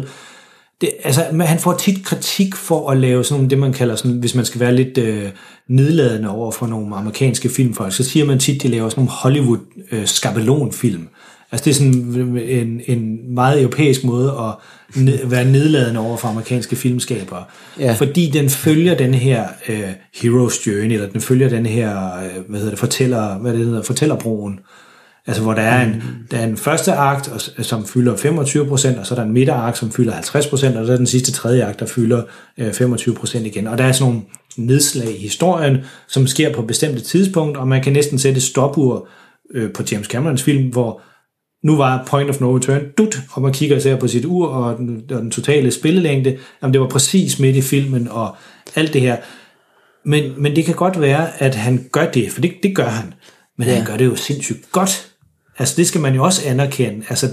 han får tit kritik for at lave sådan det, man kalder sådan, hvis man skal være lidt nedladende over for nogle amerikanske filmfolk, så siger man tit, de laver sådan nogle Hollywood-skabelonfilm. Altså det er sådan en meget europæisk måde at være nedladende over for amerikanske filmskabere. Ja. Fordi den følger den her hero's journey, eller den følger den her, fortællerbroen. Altså hvor der er en første akt, som fylder 25%, og så er der en midterakt, som fylder 50%, og så er den sidste tredje akt, der fylder 25% igen. Og der er sådan nogle nedslag i historien, som sker på bestemte tidspunkt, og man kan næsten sætte stopur på James Camerons film, hvor nu var point of no return, og man kigger især på sit ur, og den totale spillelængde, jamen det var præcis midt i filmen, og alt det her. Men det kan godt være, at han gør det, for det gør han. Men han gør det jo sindssygt godt. Altså det skal man jo også anerkende. Altså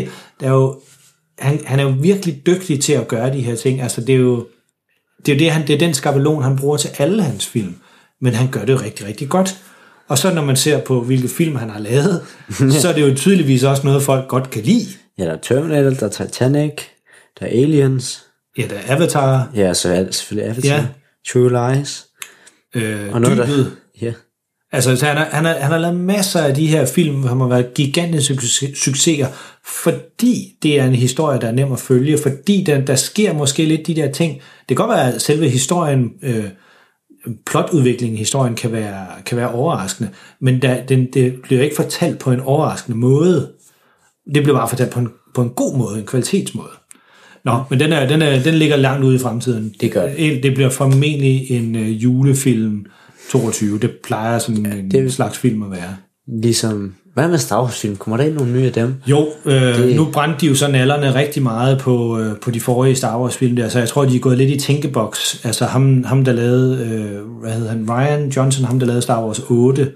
han er jo virkelig dygtig til at gøre de her ting. Altså det er den skabelon, han bruger til alle hans film. Men han gør det jo rigtig, rigtig godt. Og så når man ser på, hvilke film han har lavet, så er det jo tydeligvis også noget, folk godt kan lide. Ja, der er Terminator, der er Titanic, der er Aliens. Ja, der er Avatar. Ja, så er det selvfølgelig Avatar. Ja. True Lies. Og noget Dybet. Ja. Altså, så han har lavet masser af de her film, som har været gigantiske succeser, fordi det er en historie, der er nem at følge, fordi der sker måske lidt de der ting. Det kan godt være, at selve historien, plotudviklingen i historien kan være overraskende, men det bliver ikke fortalt på en overraskende måde. Det bliver bare fortalt på en god måde, en kvalitetsmåde. Nå, men den ligger langt ude i fremtiden. Det gør det. Det bliver formentlig en julefilm 22. Det plejer sådan en slags film at være. Ligesom, hvad med Star Wars film? Kommer der ind nogle nye af dem? Jo, nu brændte de jo så nallerne rigtig meget på de forrige Star Wars film der, så jeg tror, de er gået lidt i tænkeboks. Altså ham der lavede, Ryan Johnson, ham der lavede Star Wars 8.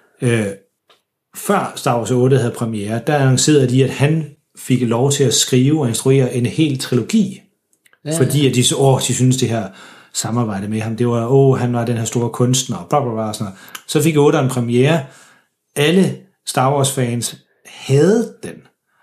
Før Star Wars 8 havde premiere, der annoncerede de, at han fik lov til at skrive og instruere en hel trilogi. Ja. Fordi at de synes det her samarbejde med ham, det var, han var den her store kunstner, bla bla bla, sådan noget. Så fik 8'eren premiere. Alle Star Wars fans havde den.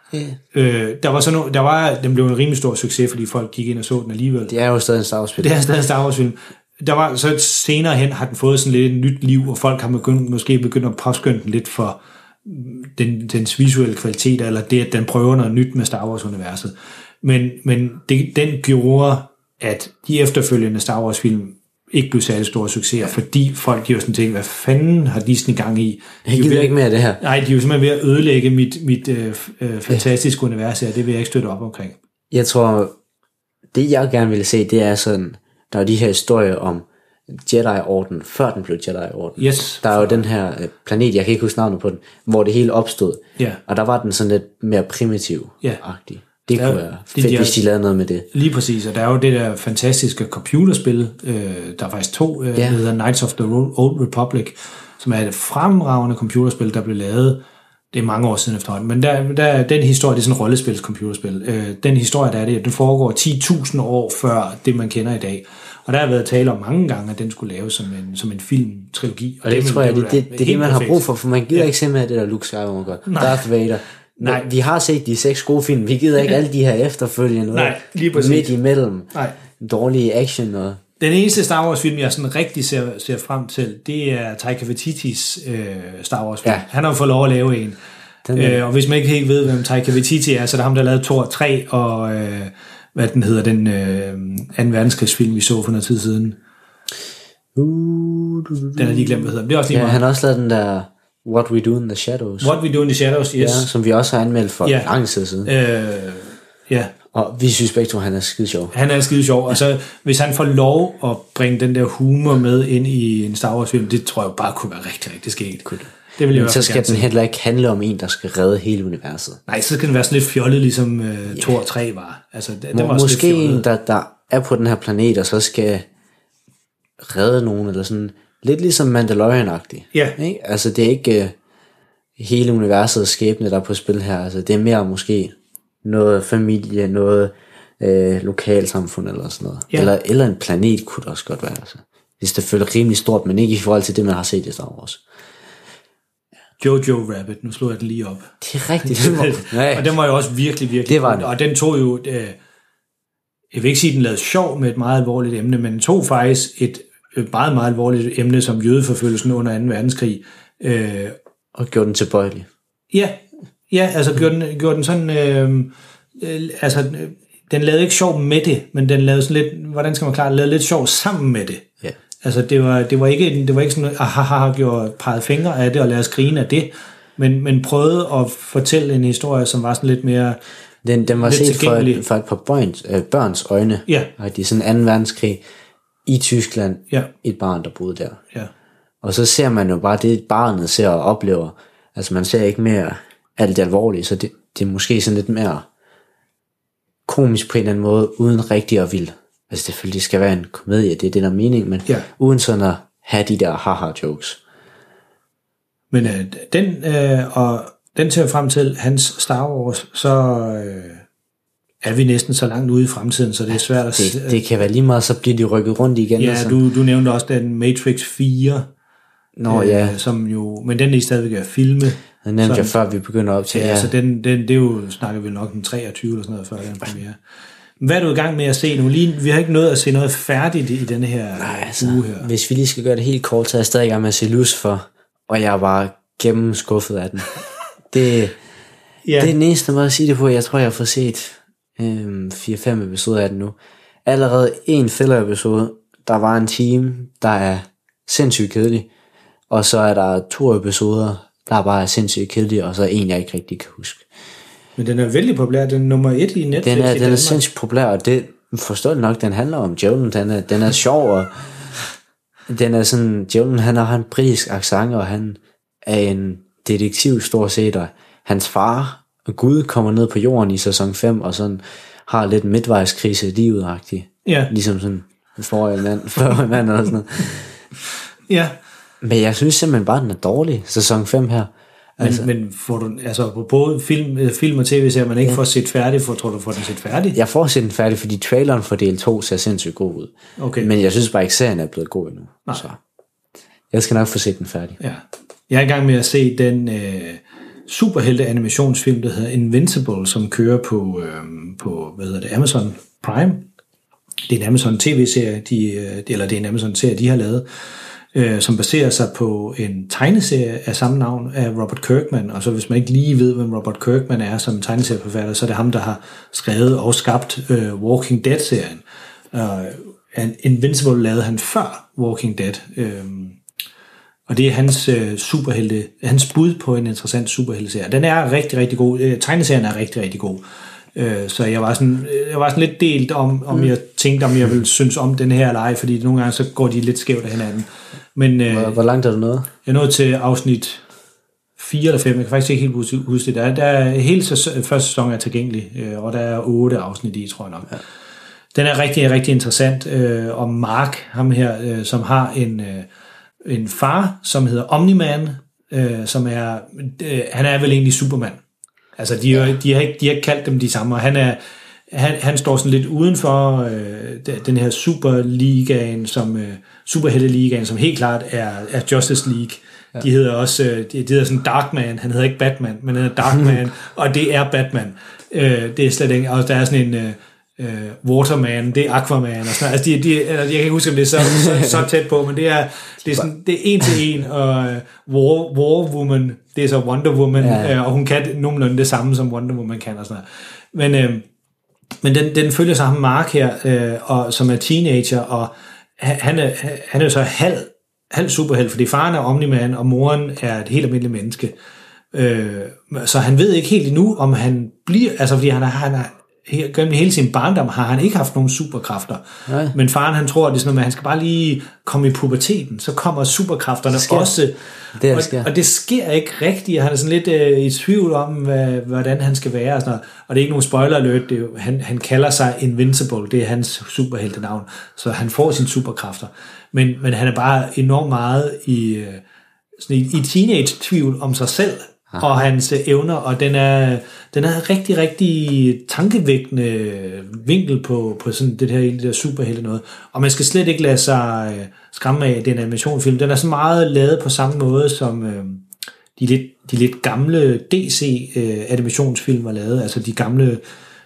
Yeah. Den blev en rimelig stor succes, fordi folk gik ind og så den alligevel. Det er jo stadig en Star Wars film. Det er stadig en Star Wars film. Der var så senere hen har den fået sådan lidt et nyt liv, og folk har måske begyndt at påskynde den lidt for dens visuelle kvalitet, eller det, at den prøver noget nyt med Star Wars-universet. Men den gjorde, at de efterfølgende Star Wars-film ikke blev særlig store succeser, fordi folk jo sådan tænkte, hvad fanden har Disney gang i? Jeg gider ikke mere det her. Nej, de er jo simpelthen ved at ødelægge mit fantastiske univers her, det vil jeg ikke støtte op omkring. Jeg tror, det jeg gerne ville se, det er sådan, der er de her historier om Jedi-orden, før den blev Jedi-orden. Yes. Der er jo den her planet, jeg kan ikke huske navnet på den, hvor det hele opstod. Yeah. Og der var den sådan lidt mere primitiv-agtig. Det kunne være fedt, hvis de lavede noget med det. Lige præcis, og der er jo det der fantastiske computerspil, der er faktisk 2, der hedder Knights of the Old Republic, som er et fremragende computerspil, der blev lavet, det er mange år siden efterhånden, men der den historie, det er sådan et rollespils computerspil, den historie, der er det, den foregår 10.000 år før det, man kender i dag. Og der har været tale om mange gange, at den skulle laves som en filmtrilogi. Og det tror jeg, det er det, man har brug for man gider ikke se med det der Luke Skywalker, Darth Vader. Nej. Vi har set de 6 gode film, vi gider ikke alle de her efterfølgende. Nej, lige præcis. Midt imellem. Nej. Dårlige action og... Den eneste Star Wars film, jeg sådan rigtig ser frem til, det er Taika Waititis Star Wars film. Ja. Han har fået lov at lave en. Og hvis man ikke helt ved, hvem Taika Waititi er, så er det ham, der lavede Thor 3 og hvad den hedder, den 2. verdenskrigsfilm, vi så for noget tid siden. Den er lige glemt, hvad hedder. Det er også lige meget. Han har også lavet den der What We Do in the Shadows. What We Do in the Shadows, yes. Ja, som vi også har anmeldt for lang tid siden. Ja. Og vi synes begge to, han er skide sjov. Han er skide sjov, og så hvis han får lov at bringe den der humor med ind i en Star Wars film, det tror jeg bare kunne være rigtig, rigtig skægt. Det vil jeg. Men så skal den heller ikke handle om en, der skal redde hele universet. Nej, så skal den være sådan lidt fjollet, ligesom Thor 3 var. Altså, den var måske en, der er på den her planet, og så skal redde nogen, eller sådan lidt ligesom Mandalorian-agtig. Ja. Ikke? Altså, det er ikke hele universets skæbne, der er på spil her. Altså, det er mere måske noget familie, noget lokalsamfund eller sådan noget. Ja. Eller en planet kunne det også godt være. Altså. Hvis det føler rimelig stort, men ikke i forhold til det, man har set i Star Wars. Jojo Rabbit, nu slår jeg den lige op. Det er rigtigt. Og den var jo også virkelig, virkelig det var det. Og den tog jo, jeg vil ikke sige, at den lavede sjov med et meget alvorligt emne, men den tog faktisk et meget, meget alvorligt emne som jødeforfølgelsen under 2. verdenskrig. Og gjorde den tilbøjelig. Ja, altså gjorde den sådan, altså den lavede ikke sjov med det, men den lavede sådan lidt, hvordan skal man klare, lavede lidt sjov sammen med det. Ja. Altså det var ikke sådan noget, peget fingre af det og lade os grine af det, men prøvede at fortælle en historie, som var sådan lidt mere den var set for et par børns øjne. Ja. Og de sådan 2. verdenskrig i Tyskland, et barn, der boede der. Ja. Og så ser man jo bare det, barnet ser og oplever. Altså man ser ikke mere alt det alvorlige, så det er måske sådan lidt mere komisk på en eller anden måde, uden rigtig at ville Altså selvfølgelig skal være en komedie, det er det der mening, men uden sådan at have de der haha-jokes. Men den ser frem til hans Star Wars, så er vi næsten så langt ude i fremtiden, så det er svært at... Det kan være lige meget, så bliver de rykket rundt igen. Ja, du nævnte også den Matrix 4, som jo... Men den er stadigvæk at filme. Den nævnte jeg før, vi begynder op til. Ja, så den det er jo, snakker vi nok den 23 eller sådan noget, før den premiere. Hvad er du i gang med at se nu? Vi har ikke nået at se noget færdigt i denne her uge her. Hvis vi lige skal gøre det helt kort, så er jeg stadig i gang med at se Lucifer, og jeg er bare gennemskuffet af den. Det er den eneste måde at sige det på. Jeg tror, jeg har fået set 4-5 episoder af den nu. Allerede en filler-episode, der var en time, der er sindssygt kedelig, og så er der 2 episoder, der bare er sindssygt kedelige, og så en, jeg ikke rigtig kan huske. Men den er vældig populær, den er nummer 1 i Netflix. Den er sindssygt populær, og det forstår jeg nok, den handler om djævlen, den er sjov, og den er sådan, djævlen han har en britisk accent, og han er en detektiv stort set, og hans far, Gud, kommer ned på jorden i sæson 5, og sådan har lidt midtvejskrise i livet-agtigt. Ja. Ligesom sådan en forrige mand eller sådan noget. Ja. Men jeg synes simpelthen bare, den er dårlig, sæson 5 her. Altså. Men får du, altså på både film og tv-serier, man ikke får set færdig, tror du får den set færdig? Jeg får set den færdig, fordi traileren for del 2 ser sindssygt god ud. Okay. Men jeg synes bare ikke, serien er blevet god endnu. Så jeg skal nok få set den færdig. Ja. Jeg er i gang med at se den superhelte animationsfilm, der hedder Invincible, som kører på Amazon Prime. Det er en Amazon tv-serie, eller det er en Amazon-serie, de har lavet, som baserer sig på en tegneserie af samme navn af Robert Kirkman, og så hvis man ikke lige ved, hvem Robert Kirkman er som tegneserieforfatter, så er det ham, der har skrevet og skabt Walking Dead-serien. Invincible lavede han før Walking Dead, og det er hans hans bud på en interessant superhelteserie. Den er rigtig, rigtig god. Tegneserien er rigtig, rigtig god. Så jeg var sådan lidt delt om jeg tænkte, om jeg ville synes om den her eller ej, fordi nogle gange så går de lidt skævt af hinanden. Men, hvor langt er du nået? Jeg er nået til afsnit 4 eller 5, jeg kan faktisk ikke helt huske det. Der er hele første sæson er tilgængelig, og der er 8 afsnit i, tror jeg nok. Ja. Den er rigtig, rigtig interessant om Mark, ham her, som har en far, som hedder Omni-Man, som er, han er vel egentlig Superman. Altså, de har ikke kaldt dem de samme, og han står sådan lidt uden for den her Superligaen, Superhelteligaen, som helt klart er Justice League. Ja. De hedder også, de hedder sådan Darkman, han hedder ikke Batman, men han hedder Darkman, og det er Batman. Det er slet ikke, og der er sådan en Waterman, det er Aquaman, og sådan, altså jeg kan ikke huske, om det er så tæt på, men det er en til en, og War Woman, det er så Wonder Woman, og hun kan nogenlunde det samme, som Wonder Woman kan, og sådan noget. Men den følger sig ham Mark her, og som er teenager, og han er jo så halv superhelt, fordi faren er Omni-Man, og moren er et helt almindeligt menneske. Så han ved ikke helt endnu, om han bliver, altså fordi han er gennem hele sin barndom har han ikke haft nogen superkræfter. Nej. Men faren han tror, at det er sådan noget, at han skal bare lige komme i puberteten, så kommer superkræfterne også. Og det sker ikke rigtigt. Han er sådan lidt i tvivl om, hvordan han skal være. Og, sådan noget. Og det er ikke nogen spoiler alert. Det er jo, han kalder sig Invincible. Det er hans superheltenavn. Så han får sine superkræfter. Men han er bare enormt meget i teenage-tvivl om sig selv. Aha. Og hans evner, og den er rigtig, rigtig tankevækkende vinkel på sådan det her superhelte noget. Og man skal slet ikke lade sig skræmme af den animationsfilm. Den er så meget lavet på samme måde som de lidt gamle DC animationsfilm var lavet. Altså de gamle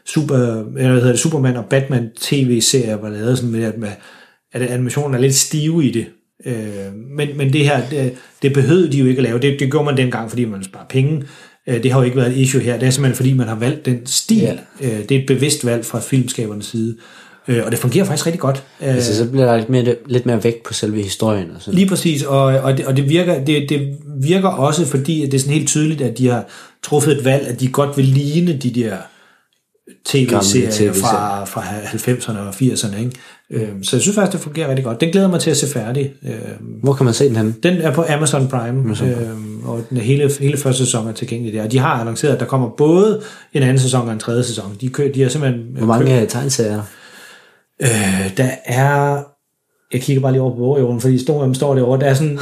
Superman og Batman tv-serier var lavet sådan med at animationen er lidt stive i det. Men det her, det behøvede de jo ikke at lave. Det gjorde man dengang, fordi man sparer penge. Det har jo ikke været et issue her. Det er simpelthen, fordi man har valgt den stil. Det er et bevidst valg fra filmskabernes side. Og det fungerer faktisk rigtig godt. Altså, så bliver der lidt mere vægt på selve historien. Og sådan. Lige præcis, og det virker også, fordi det er sådan helt tydeligt, at de har truffet et valg, at de godt vil ligne de der tv-serier fra 90'erne og 80'erne, ikke? Så jeg synes faktisk, det fungerer rigtig godt. Den glæder mig til at se færdig. Hvor kan man se den hen? Den er på Amazon Prime, og den hele første sæson er tilgængelig der. Og de har annonceret, at der kommer både en anden sæson og en tredje sæson. De har simpelthen... Hvor mange tegneserier? Der er... Jeg kigger bare lige over på bogreolen, fordi står derovre. Der er sådan...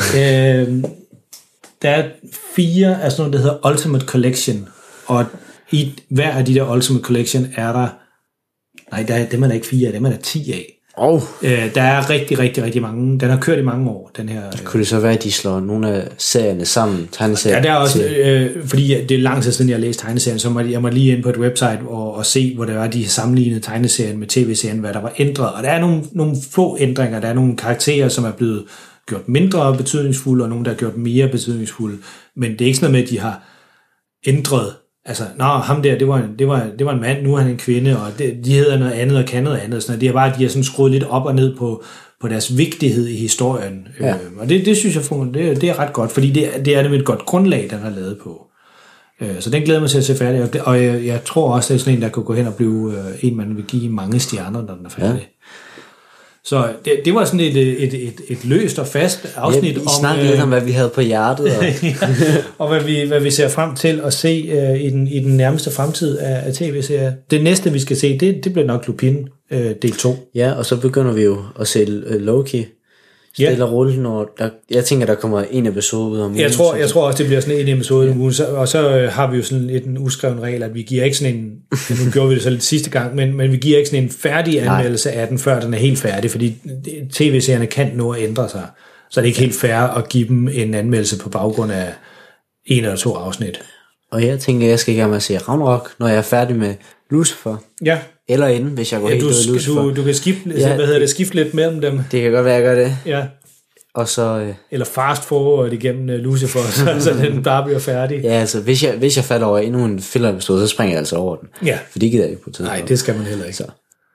der er 4 af sådan noget, der hedder Ultimate Collection. Og i hver af de der Ultimate Collection er der... Nej, dem er der ikke 4 af, dem er der 10 af. Der er rigtig, rigtig, rigtig mange. Den har kørt i mange år, den her. Kunne det så være, at de slår nogle af serierne sammen, tegneserier? Ja, der er også, fordi det er lang tid siden, jeg har læst tegneserien, så jeg må lige ind på et website og se, hvor der var de sammenlignede tegneserien med tv-serien, hvad der var ændret. Og der er nogle få ændringer. Der er nogle karakterer, som er blevet gjort mindre betydningsfulde, og nogle, der er gjort mere betydningsfulde. Men det er ikke sådan noget med, at de har ændret. Altså, ham der, det var en mand, nu er han en kvinde, og de hedder noget andet og kan noget andet. Sådan, det er bare, at de har sådan skruet lidt op og ned på deres vigtighed i historien. Ja. Og det synes jeg, det er ret godt, fordi det er et godt grundlag, den har lavet på. Så den glæder mig til at se færdig, og jeg tror også, det er sådan en, der kunne gå hen og blive en, man vil give mange stjerner, når den er færdig. Ja. Så det var sådan et løst og fast afsnit. Vi snakkede lidt om, hvad vi havde på hjertet. Og hvad vi ser frem til at se i den nærmeste fremtid af tv-serier. Det næste, vi skal se, det bliver nok Lupin del 2. Ja, og så begynder vi jo at se Loki. Stille og roligt, jeg tænker, der kommer en episode ud om ugen. Jeg tror også, det bliver sådan en episode om ugen, og så har vi jo sådan en uskreven regel, at vi giver ikke sådan en, nu gjorde vi det så lidt sidste gang, men vi giver ikke sådan en færdig anmeldelse af den, før den er helt færdig, fordi tv-serierne kan nå at ændre sig, så det er ikke helt fair at give dem en anmeldelse på baggrund af 1 eller 2 afsnit. Og jeg tænker, jeg skal i gang med at se Ragnarok, når jeg er færdig med Lucifer. Ja. Eller inden, hvis jeg går helt ud af Lucifer. Du kan skifte lidt mellem dem. Det kan godt være, jeg gør det. Ja. Og så... Eller fast forward igennem Lucifer, så den bare bliver færdig. Ja, altså, hvis jeg falder over endnu en filler-episode, så springer jeg altså over den. Ja. For det gider jeg ikke på tid. Nej, det skal man heller ikke. Så.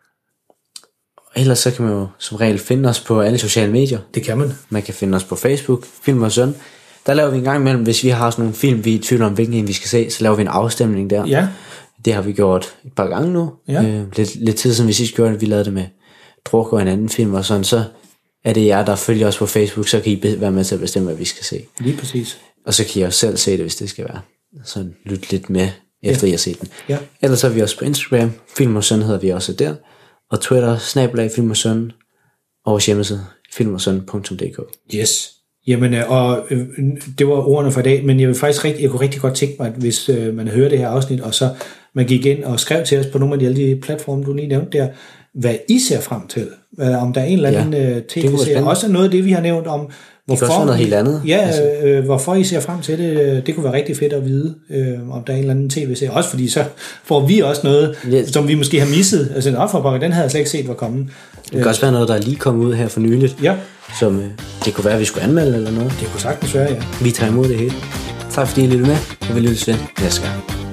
Ellers så kan man jo som regel finde os på alle sociale medier. Det kan man. Man kan finde os på Facebook, Film og Søn. Der laver vi en gang imellem, hvis vi har sådan nogle film, vi er i tvivl om, hvilken en vi skal se, så laver vi en afstemning der. Ja. Det har vi gjort et par gange nu. Ja. Lidt tid siden vi sidst gjorde det, vi lavede det med Druk og en anden film og sådan, så er det jer, der følger os på Facebook, så kan I være med til at bestemme, hvad vi skal se. Lige præcis. Og så kan I også selv se det, hvis det skal være. Så lyt lidt med, efter I har set den. Ja. Ellers er vi også på Instagram, Film og Søn hedder vi også der, og Twitter, /Film og Søn, og vores hjemmeside, filmogsøn.dk. Yes. Jamen, det var ordene for i dag, men jeg kunne rigtig godt tænke mig, at hvis man hører det her afsnit, og så man gik ind og skrev til os på nogle af de alle de platforme, du lige nævnte der, hvad I ser frem til. Om der er en eller anden tv-serie. Også noget af det, vi har nævnt om, hvorfor, det kan også være noget helt andet. Ja, hvorfor I ser frem til det, det kunne være rigtig fedt at vide, om der er en eller anden tv-serie. Også fordi så får vi også noget, som vi måske har misset. Altså en opforbakke, den havde jeg slet ikke set var kommet. Det kan også være noget, der er lige kommet ud her for nyligt. Ja. Som det kunne være, at vi skulle anmelde eller noget. Det kunne sagtens være, ja. Vi tager imod det hele. Tak fordi I lyttede med, og vi lyttes ved næste gang.